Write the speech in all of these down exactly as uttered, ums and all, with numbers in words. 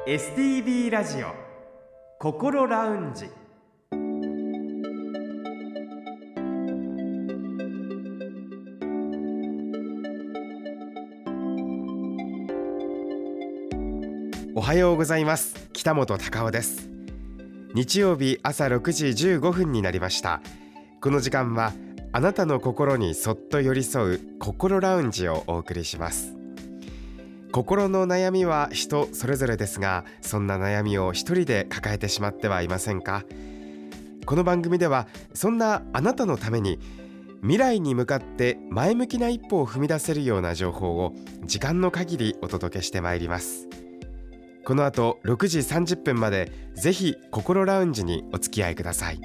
エスティービー ラジオ心ラウンジ。おはようございます。北本隆夫です。日曜日朝ろくじじゅうごふんになりました。この時間はあなたの心にそっと寄り添う心ラウンジをお送りします。心の悩みは人それぞれですが、そんな悩みを一人で抱えてしまってはいませんか？この番組ではそんなあなたのために未来に向かって前向きな一歩を踏み出せるような情報を時間の限りお届けしてまいります。この後ろくじさんじゅっぷんまでぜひ心ラウンジにお付き合いください。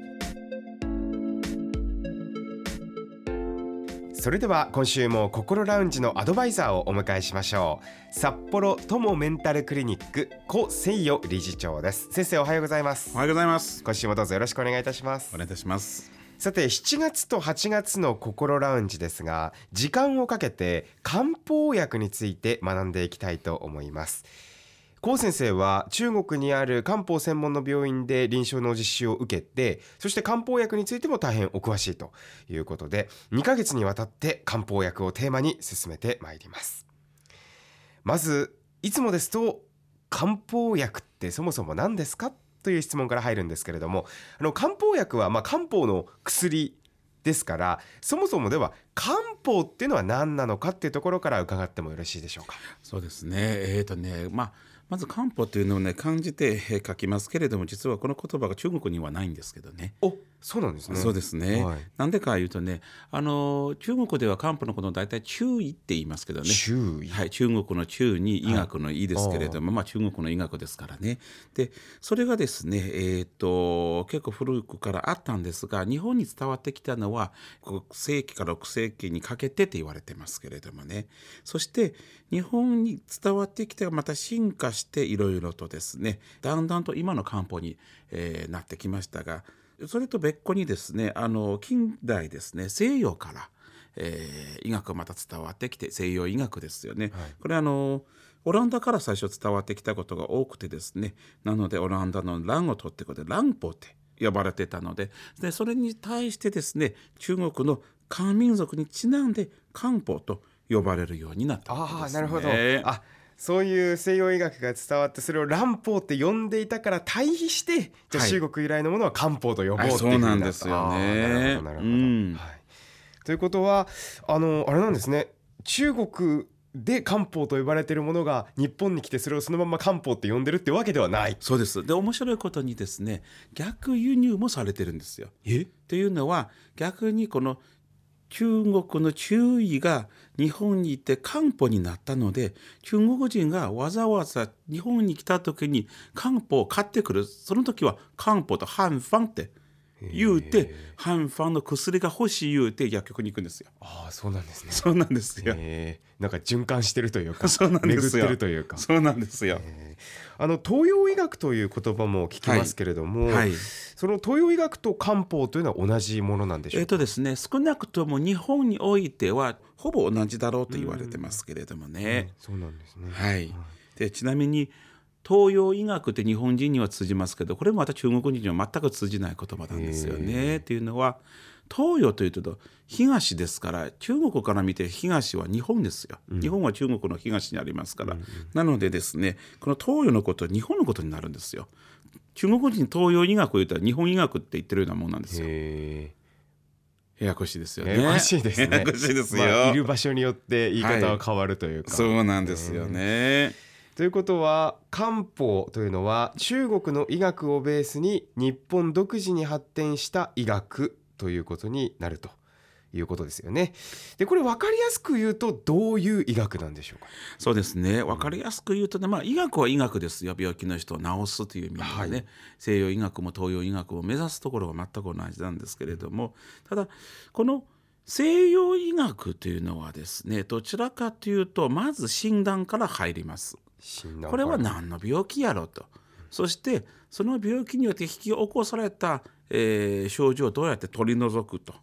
それでは今週も心ラウンジのアドバイザーをお迎えしましょう。札幌友メンタルクリニック古誠代理事長です。先生、おはようございます。 おはようございます。 今週もどうぞよろしくお願いいたします。 お願いいたします。 さて、しちがつとはちがつの心ラウンジですが、時間をかけて漢方薬について学んでいきたいと思います。高先生は中国にある漢方専門の病院で臨床の実習を受けて、そして漢方薬についても大変お詳しいということで、にかげつにわたって漢方薬をテーマに進めてまいります。まずいつもですと、漢方薬ってそもそも何ですかという質問から入るんですけれども、あの漢方薬はまあ漢方の薬ですから、そもそもでは漢方っていうのは何なのかっていうところから伺ってもよろしいでしょうか？ そうですね。えーとね、まあまず漢方というのをね漢字で書きますけれども、実はこの言葉が中国にはないんですけどね。 お、そうなんですね。 そうですね、 はい、 なんでかいうとね、あの中国では漢方のことを大体中医って言いますけどね。 中医、 はい、中国の中に医学の医ですけれども、はい、まあ、中国の医学ですからね。でそれがですね、えー、と結構古くからあったんですが、日本に伝わってきたのはごせいきからろくせいきにかけてって言われてますけれどもね。そして日本に伝わってきてまた進化していろいろとですね、だんだんと今の漢方に、えー、なってきましたが、それと別個にですね、あの近代ですね、西洋から、えー、医学がまた伝わってきて、西洋医学ですよね、はい、これあのオランダから最初伝わってきたことが多くてですね、なのでオランダの蘭を取ってことで蘭方って呼ばれてたので、でそれに対してですね、中国の漢民族にちなんで漢方と呼ばれるようになったわけですね。 あ、なるほど。あ、そういう西洋医学が伝わって、それを蘭方って呼んでいたから対比して、じゃあ中国由来のものは漢方と呼ぼうっていうふうになった。 そうなんですよね。 なるほどなるほど、 うんはい、ということはあのあれなんですね、中国で漢方と呼ばれているものが日本に来て、それをそのまま漢方って呼んでるってわけではない。 そうです。で面白いことにですね、逆輸入もされてるんですよ。えというのは、逆にこの中国の中医が日本に行って漢方になったので、中国人がわざわざ日本に来た時に漢方を買ってくる。その時は漢方と漢方って言うて、漢方の薬が欲しい言うて薬局に行くんですよ。 ああ、そうなんですね。 そうなんですよ。 なんか循環してるというか、 そうなんですよ。 巡ってるというか。 そうなんですよ。 あの東洋医学という言葉も聞きますけれども、はいはい、その東洋医学と漢方というのは同じものなんでしょうか？ えーとですね、少なくとも日本においてはほぼ同じだろうと言われてますけれどもね。 うん、そうなんですね。 はい。でちなみに東洋医学って日本人には通じますけど、これもまた中国人には全く通じない言葉なんですよね。っていうのは、東洋というと東ですから、中国から見て東は日本ですよ、うん、日本は中国の東にありますから、うんうん、なのでですね、この東洋のことは日本のことになるんですよ。中国人東洋医学を言ったら日本医学って言ってるようなもんなんですよ。 へややこしいですよね。 ややこしいですね。 ややこしいですよ、 まあ、いる場所によって言い方は変わるというか、 はい、そうなんですよね。 ということは、漢方というのは中国の医学をベースに日本独自に発展した医学ということになるということですよね。でこれ分かりやすく言うとどういう医学なんでしょうか？ そうですね、分かりやすく言うとね、まあ、医学は医学ですよ。病気の人を治すという意味でね、はい、西洋医学も東洋医学も目指すところは全く同じなんですけれども、ただこの西洋医学というのはですね、どちらかというとまず診断から入ります。これは何の病気やろと、そしてその病気によって引き起こされた、えー、症状をどうやって取り除くと、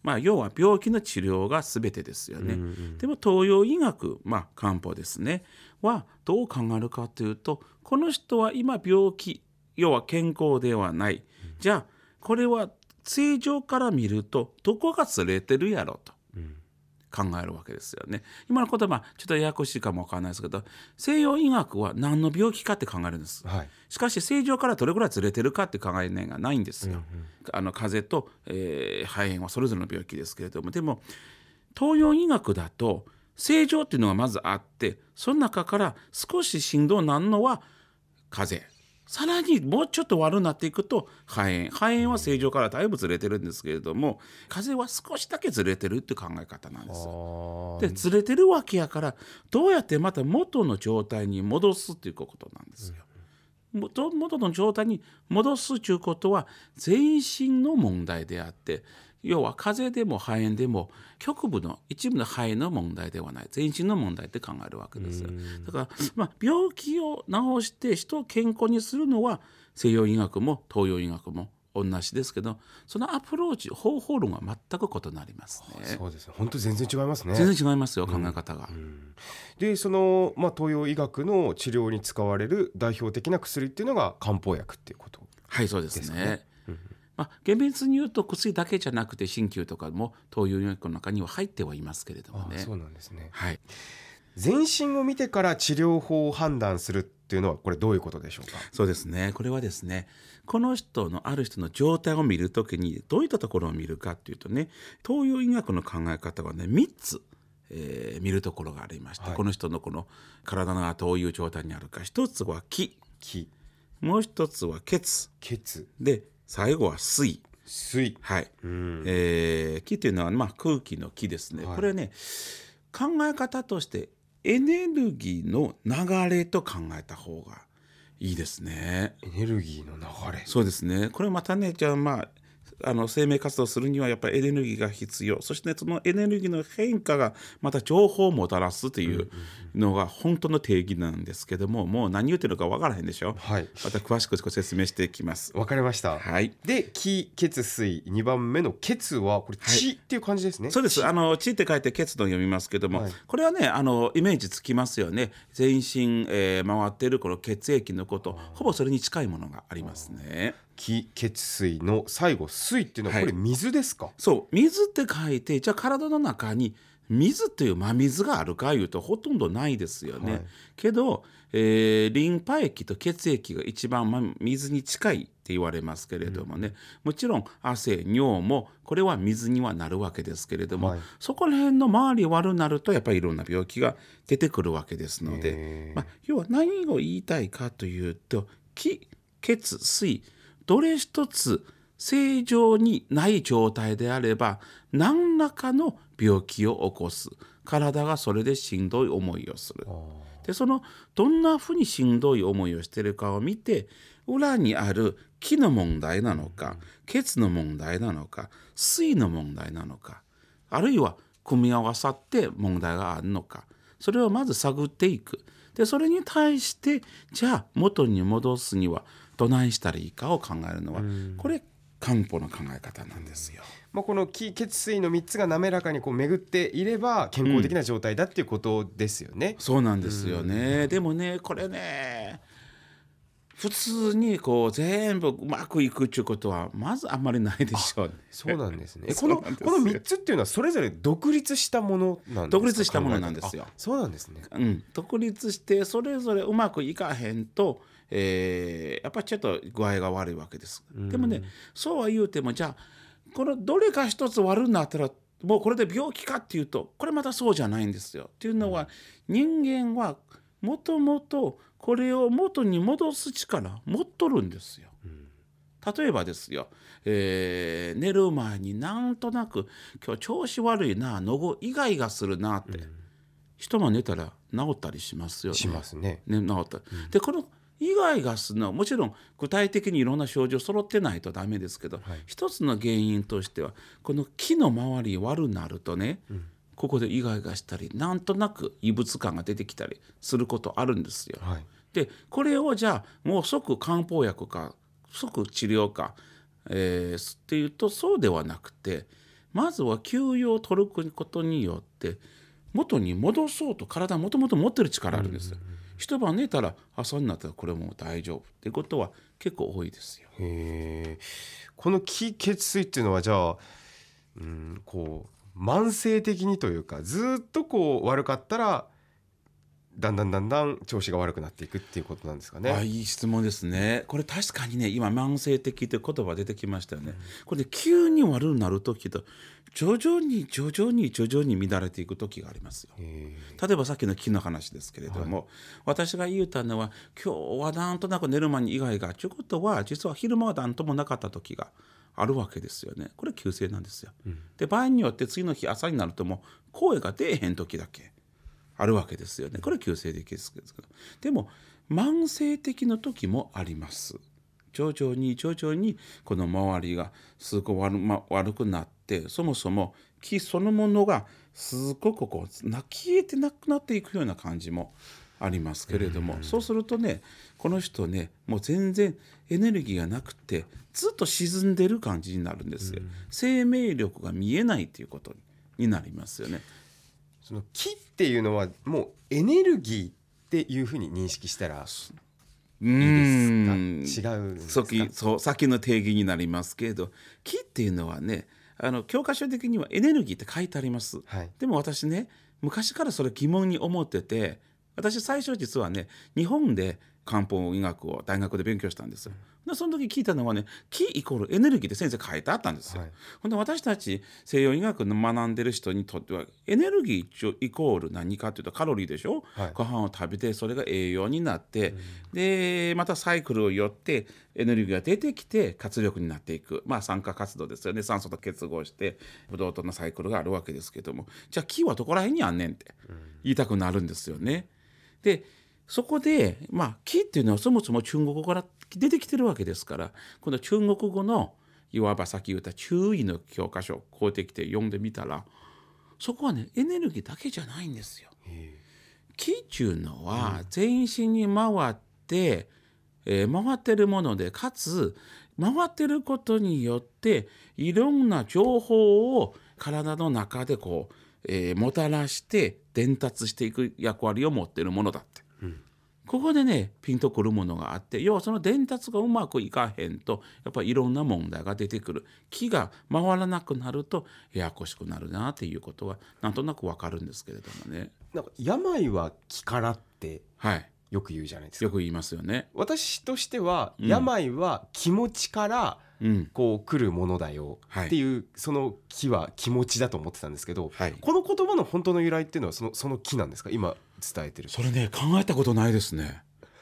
まあ、要は病気の治療が全てですよね。 うんうん、 でも東洋医学、まあ、漢方ですねはどう考えるかというと、この人は今病気、要は健康ではない、うん、じゃあこれは正常から見るとどこがずれてるやろと考えるわけですよね。今の言葉ちょっとややこしいかもわからないですけど、西洋医学は何の病気かって考えるんです、はい、しかし正常からどれぐらいずれてるかって考えがないんですよ、うんうん、あの風邪と、えー、肺炎はそれぞれの病気ですけれども、でも東洋医学だと正常っていうのがまずあって、その中から少ししんどいなるのは風邪、さらにもうちょっと悪くなっていくと肺炎肺炎は正常からだいぶずれてるんですけれども、風邪は少しだけずれてるって考え方なんですよ。でずれてるわけやから、どうやってまた元の状態に戻すっていうことなんですよ、うん、元の状態に戻すということは全身の問題であって、要は風邪でも肺炎でも局部の一部の肺の問題ではない、全身の問題って考えるわけですよ。だから、まあ、病気を治して人を健康にするのは西洋医学も東洋医学も同じですけど、そのアプローチ方法論は全く異なりますね。 そうですね、本当全然違いますね。 全然違いますよ、考え方が、 うんうん、でその、まあ、東洋医学の治療に使われる代表的な薬っていうのが漢方薬っていうことですかね。 はい、そうですね、うんまあ、厳密に言うと薬だけじゃなくて鍼灸とかも東洋医学の中には入ってはいますけれどもね。 ああ、そうなんですね、 はい、 全身を見てから治療法を判断するっていうのはこれどういうことでしょうか。 そうですね、これはですね、この人のある人の状態を見るときにどういったところを見るかっていうとね、東洋医学の考え方はねみっつ、えー、見るところがありまして、はい、この人のこの体がどういう状態にあるか。一つは気、 気もう一つは血、 血で最後は水、 水、 はい、 うん、 えー、気というのは、まあ、空気の気ですね、はい、これね考え方としてエネルギーの流れと考えた方がいいですね。 エネルギーの流れ、 そうですね、これまたね、じゃあまああの生命活動するにはやっぱりエネルギーが必要、そして、ね、そのエネルギーの変化がまた情報をもたらすというのが本当の定義なんですけども、もう何言ってるか分からへんでしょ、はい、また詳しくご説明していきます。 分かりました、 はい、 で気血水にばんめの血はこれ血っていう感じですね、 はい、そうです。あの血って書いて血と読みますけども、はい、これはねあのイメージつきますよね。全身、えー、回っているこの血液のこと、ほぼそれに近いものがありますね。 気血水の最後水っていうのはこれ水ですか。はい、 そう水って書いて、じゃあ体の中に水という真水があるかいうとほとんどないですよね、はい、けど、えー、リンパ液と血液が一番水に近いって言われますけれどもね、うん、もちろん汗尿もこれは水にはなるわけですけれども、はい、そこら辺の周り悪なるとやっぱりいろんな病気が出てくるわけですので、まあ、要は何を言いたいかというと、気血水どれ一つ正常にない状態であれば何らかの病気を起こす、体がそれでしんどい思いをする。でそのどんなふうにしんどい思いをしているかを見て、裏にある気の問題なのか、血の問題なのか、水の問題なのか、あるいは組み合わさって問題があるのか、それをまず探っていく。でそれに対してじゃあ元に戻すにはどないしたらいいかを考えるのは、これ漢方の考え方なんですよ。 まあ、この気血水のみっつが滑らかにこう巡っていれば健康的な状態だっていうことですよね、 うん、そうなんですよね。でもねこれね普通にこう全部うまくいくっていうことはまずあんまりないでしょうね。 そうなんですね。このこのみっつっていうのはそれぞれ独立したものなんですか。 独立したものなんですよ。 そうなんですね、 うん、独立してそれぞれうまくいかへんと、えー、やっぱりちょっと具合が悪いわけです。でもねそうは言うても、じゃあこのどれか一つ悪くなったらもうこれで病気かっていうと、これまたそうじゃないんですよ。っていうのは、人間はもともとこれを元に戻す力持っとるんですよ。例えばですよ、えー、寝る前になんとなく今日調子悪いな、喉イガイガするなって、うん、人が寝たら治ったりしますよね。 しますね。 ね、治った、うん、でこのイガイガするのはもちろん具体的にいろんな症状揃ってないとダメですけど、はい、一つの原因としてはこの気の周り悪なるとね、うん、ここでイガイガしたりなんとなく異物感が出てきたりすることあるんですよ。はい、でこれをじゃあもう即漢方薬か即治療か、えー、っていうとそうではなくて、 まずは休養を取ることによって元に戻そうと体はもともと持ってる力あるんですよ、うんうんうん、一晩寝たら朝になったらこれもう大丈夫ってことは結構多いですよ。 へー。この気血水っていうのはじゃあ、うん、こう慢性的にというかずっとこう悪かったらだんだんだんだん調子が悪くなっていくっていうことなんですかね。 あ、いい質問ですね。これ確かにね、今慢性的という言葉出てきましたよね、うん、これで急に悪くなる時と徐々に徐々に徐々に乱れていく時がありますよ。例えばさっきの気の話ですけれども、はい、私が言うたのは今日はなんとなく寝る前に以外がということは実は昼間はなんともなかった時があるわけですよね。これ急性なんですよ、うん、で場合によって次の日朝になるともう声が出えへん時だけあるわけですよね。これ急性的ですけど、でも慢性的な時もあります。徐々に徐々にこの周りがすごく 悪,、ま、悪くなって、そもそも気そのものがすごくこうな消えてなくなっていくような感じもありますけれども、うん、そうするとね、この人ねもう全然エネルギーがなくてずっと沈んでる感じになるんですよ、うん、生命力が見えないということになりますよね。 その気っていうのはもうエネルギーっていうふうに認識したらいいですか？違うんですか？ そう、さっきの定義になりますけれど、気っていうのはね、あの教科書的にはエネルギーって書いてあります、はい、でも私ね昔からそれ疑問に思ってて、私最初実はね日本で漢方医学を大学で勉強したんですよ、うん、でその時聞いたのはね、気イコールエネルギーって先生書いてあったんですよ、はい、ほんで私たち西洋医学の学んでる人にとってはエネルギーイコール何かというとカロリーでしょ、はい、ご飯を食べてそれが栄養になって、うん、でまたサイクルをよってエネルギーが出てきて活力になっていく、まあ酸化活動ですよね。酸素と結合してブドウ糖のサイクルがあるわけですけども、じゃあ気はどこら辺にあんねんって言いたくなるんですよね。でそこで、まあ、気っていうのはそもそも中国語から出てきてるわけですから、この中国語のいわばさっき言った中医の教科書公的で読んでみたら、そこはねエネルギーだけじゃないんですよ。気っていうのは全身に回って、えー、回ってるもので、かつ回ってることによっていろんな情報を体の中でこう、えー、もたらして伝達していく役割を持っているものだって、うん、ここでねピンとくるものがあって、要はその伝達がうまくいかへんとやっぱりいろんな問題が出てくる。気が回らなくなるとややこしくなるなっていうことはなんとなくわかるんですけれどもね。 なんか病は気からってはいよく言うじゃないですか。 よく言いますよね。 私としては、うん、病は気持ちからこう来るものだよっていう、はい、その気は気持ちだと思ってたんですけど、はい、この言葉の本当の由来っていうのはその、その気なんですか？今伝えてる。 それね考えたことないですね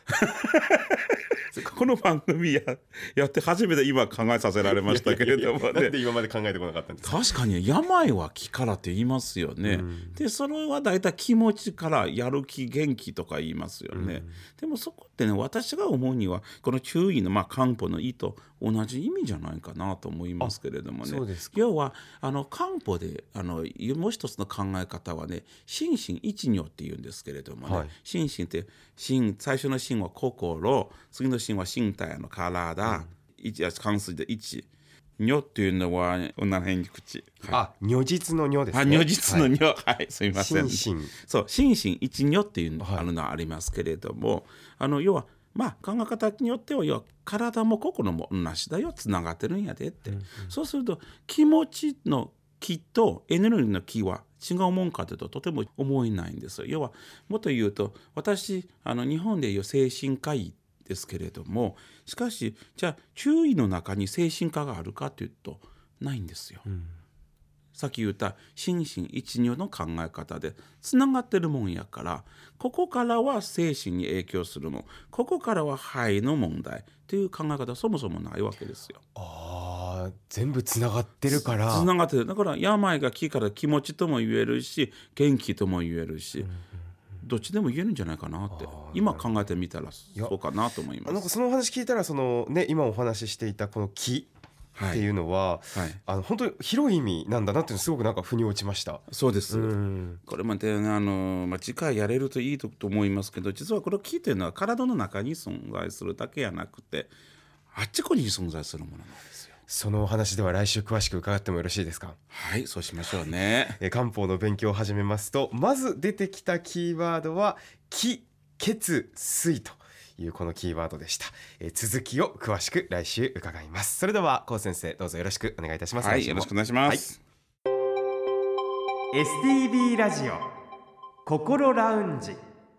この番組 や, やって初めて今考えさせられましたけれどもね。いやいやいや、 なんで今まで考えてこなかったんですか？ 確かに病は気からって言いますよね、うん、でそれはだいたい気持ちからやる気元気とか言いますよね、うん、でもそこってね私が思うにはこの中医のまあ漢方の意と同じ意味じゃないかなと思いますけれどもね。 そうですか。 要はあの漢方であのもう一つの考え方はね心身一如っていうんですけれどもね、はい、心身って心最初の心は心、次の心は身体の体、うん、一関数で一如っていうのは女の辺に口、 はい、あ如実の如ですね。 あ如実の如、はい、はい、すみません。 心身そう心身一如っていうのがあるのはありますけれども、はい、あの要はまあ考え方によっては要は体も心も同じだよ、つながってるんやでって、うんうん、そうすると気持ちの気とエネルギーの気は違うもんかというととても思えないんですよ。要はもっと言うと私あの日本でいう精神科医ですけれども、しかしじゃあ中医の中に精神科があるかというとないんですよ、うん、さっき言った心身一如の考え方でつながってるもんやから、ここからは精神に影響するもん、ここからは肺の問題という考え方はそもそもないわけですよ。 あー全部つながってるからつながってる。だから病が気から気持ちとも言えるし元気とも言えるし、うんうん、どっちでも言えるんじゃないかなって今考えてみたらそうかなと思います。 なんかそのお話聞いたらその、ね、今お話ししていたこの気っていうのは、はいはい、あの本当に広い意味なんだなっていうのすごくなんか腑に落ちました。 そうです、うん、これまで、ね、あの、まあ、次回やれるといいと思いますけど、実はこの気というのは体の中に存在するだけじゃなくてあっちこっちに存在するものなんですよ。 そのお話では来週詳しく伺ってもよろしいですか？ はい、そうしましょうね。 え漢方の勉強を始めますと、まず出てきたキーワードは気血水というこのキーワードでした。え続きを詳しく来週伺います。それでは高先生、どうぞよろしくお願いいたします。 はい、よろしくお願いします。 はい、エスティービー ラジオ心ラウンジ。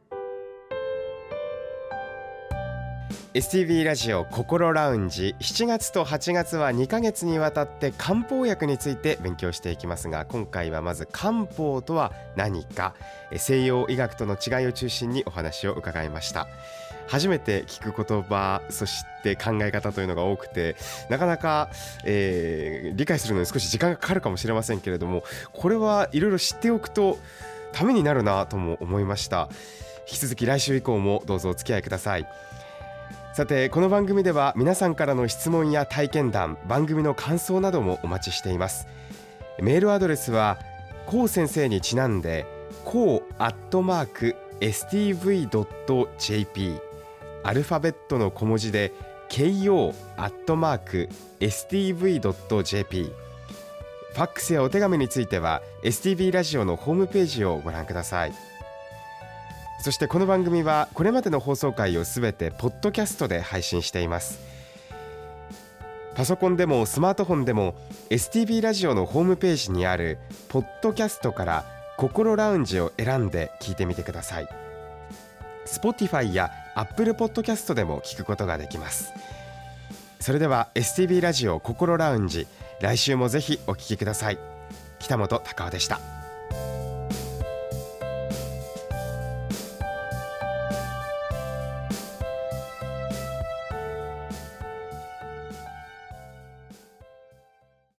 エスティービー ラジオ心ラウンジ、しちがつとはちがつはにかげつにわたって漢方薬について勉強していきますが、今回はまず漢方とは何か、西洋医学との違いを中心にお話を伺いました。初めて聞く言葉、そして考え方というのが多くて、なかなか、えー、理解するのに少し時間がかかるかもしれませんけれども、これはいろいろ知っておくとためになるなとも思いました。引き続き来週以降もどうぞお付き合いください。さて、この番組では皆さんからの質問や体験談、番組の感想などもお待ちしています。メールアドレスはコウ先生にちなんでコウアットマーク エスティーブイドットジェーピー、 アルファベットの小文字で ケーオー アットマーク エスティーブイドットジェーピー、 ファックスやお手紙については エスティービー ラジオのホームページをご覧ください。そしてこの番組はこれまでの放送回をすべてポッドキャストで配信しています。パソコンでもスマートフォンでも エスティービー ラジオのホームページにあるポッドキャストから心ラウンジを選んで聞いてみてください。 Spotify や Apple Podcast でも聞くことができます。それでは エスティービー ラジオ心ラウンジ、来週もぜひお聞きください。北本隆夫でした。